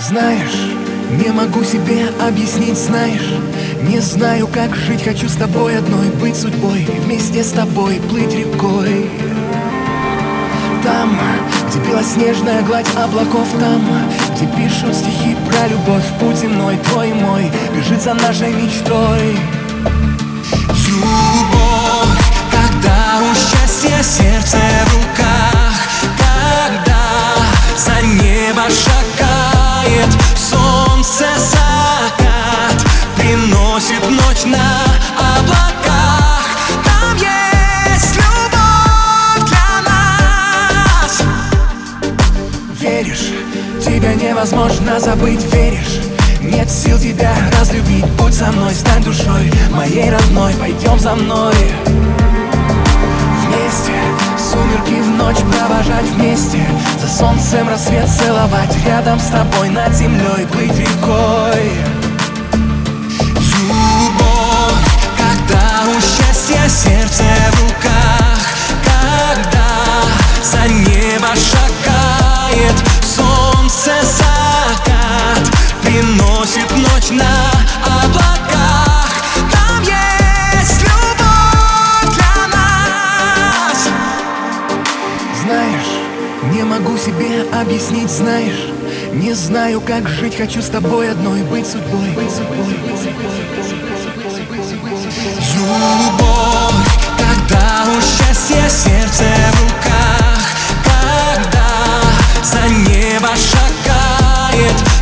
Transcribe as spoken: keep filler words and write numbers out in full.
Знаешь, не могу себе объяснить, знаешь, не знаю, как жить, хочу с тобой одной быть судьбой, вместе с тобой плыть рекой. Там, где белоснежная гладь облаков, там, где пишут стихи про любовь, путь земной, твой и мой, бежит за нашей мечтой. Любовь, когда у счастья сердце в руках, когда за небо шагает солнце, закат приносит ночь на облаках. Там есть любовь для нас. Веришь, тебя невозможно забыть, веришь, нет сил тебя разлюбить. Будь со мной, стань душой моей родной, пойдем за мной. Вместе сумерки в ночь провожать, вместе за солнцем рассвет целовать, рядом с тобой над землей плыть рекой. Любовь, когда у счастья сердце в руках, когда за небо шагает солнце, закат приносит ночь на облаках. Там есть любовь для нас. Знаешь, не могу себе объяснить, знаешь, не знаю, как жить, хочу с тобой одной быть судьбой, быть судьбой, быть судьбой. Любовь, когда у счастья сердце в руках, когда за небо шагает